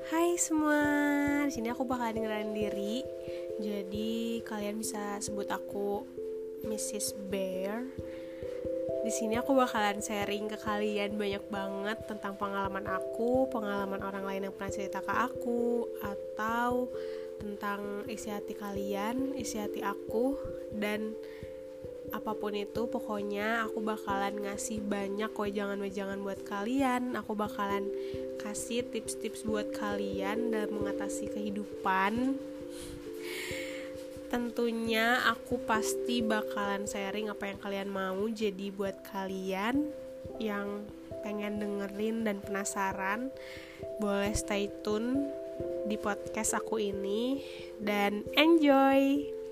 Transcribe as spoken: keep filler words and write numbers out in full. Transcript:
Hai semua, di sini aku bakal dengerin diri. Jadi kalian bisa sebut aku missus Bear. Di sini aku bakalan sharing ke kalian banyak banget tentang pengalaman aku, pengalaman orang lain yang pernah cerita ke aku, atau tentang isi hati kalian, isi hati aku, dan apapun itu. Pokoknya aku bakalan ngasih banyak wejangan-wejangan buat kalian. Aku bakalan kasih tips-tips buat kalian dalam mengatasi kehidupan. Tentunya aku pasti bakalan sharing apa yang kalian mau. Jadi buat kalian yang pengen dengerin dan penasaran, boleh stay tune di podcast aku ini dan enjoy.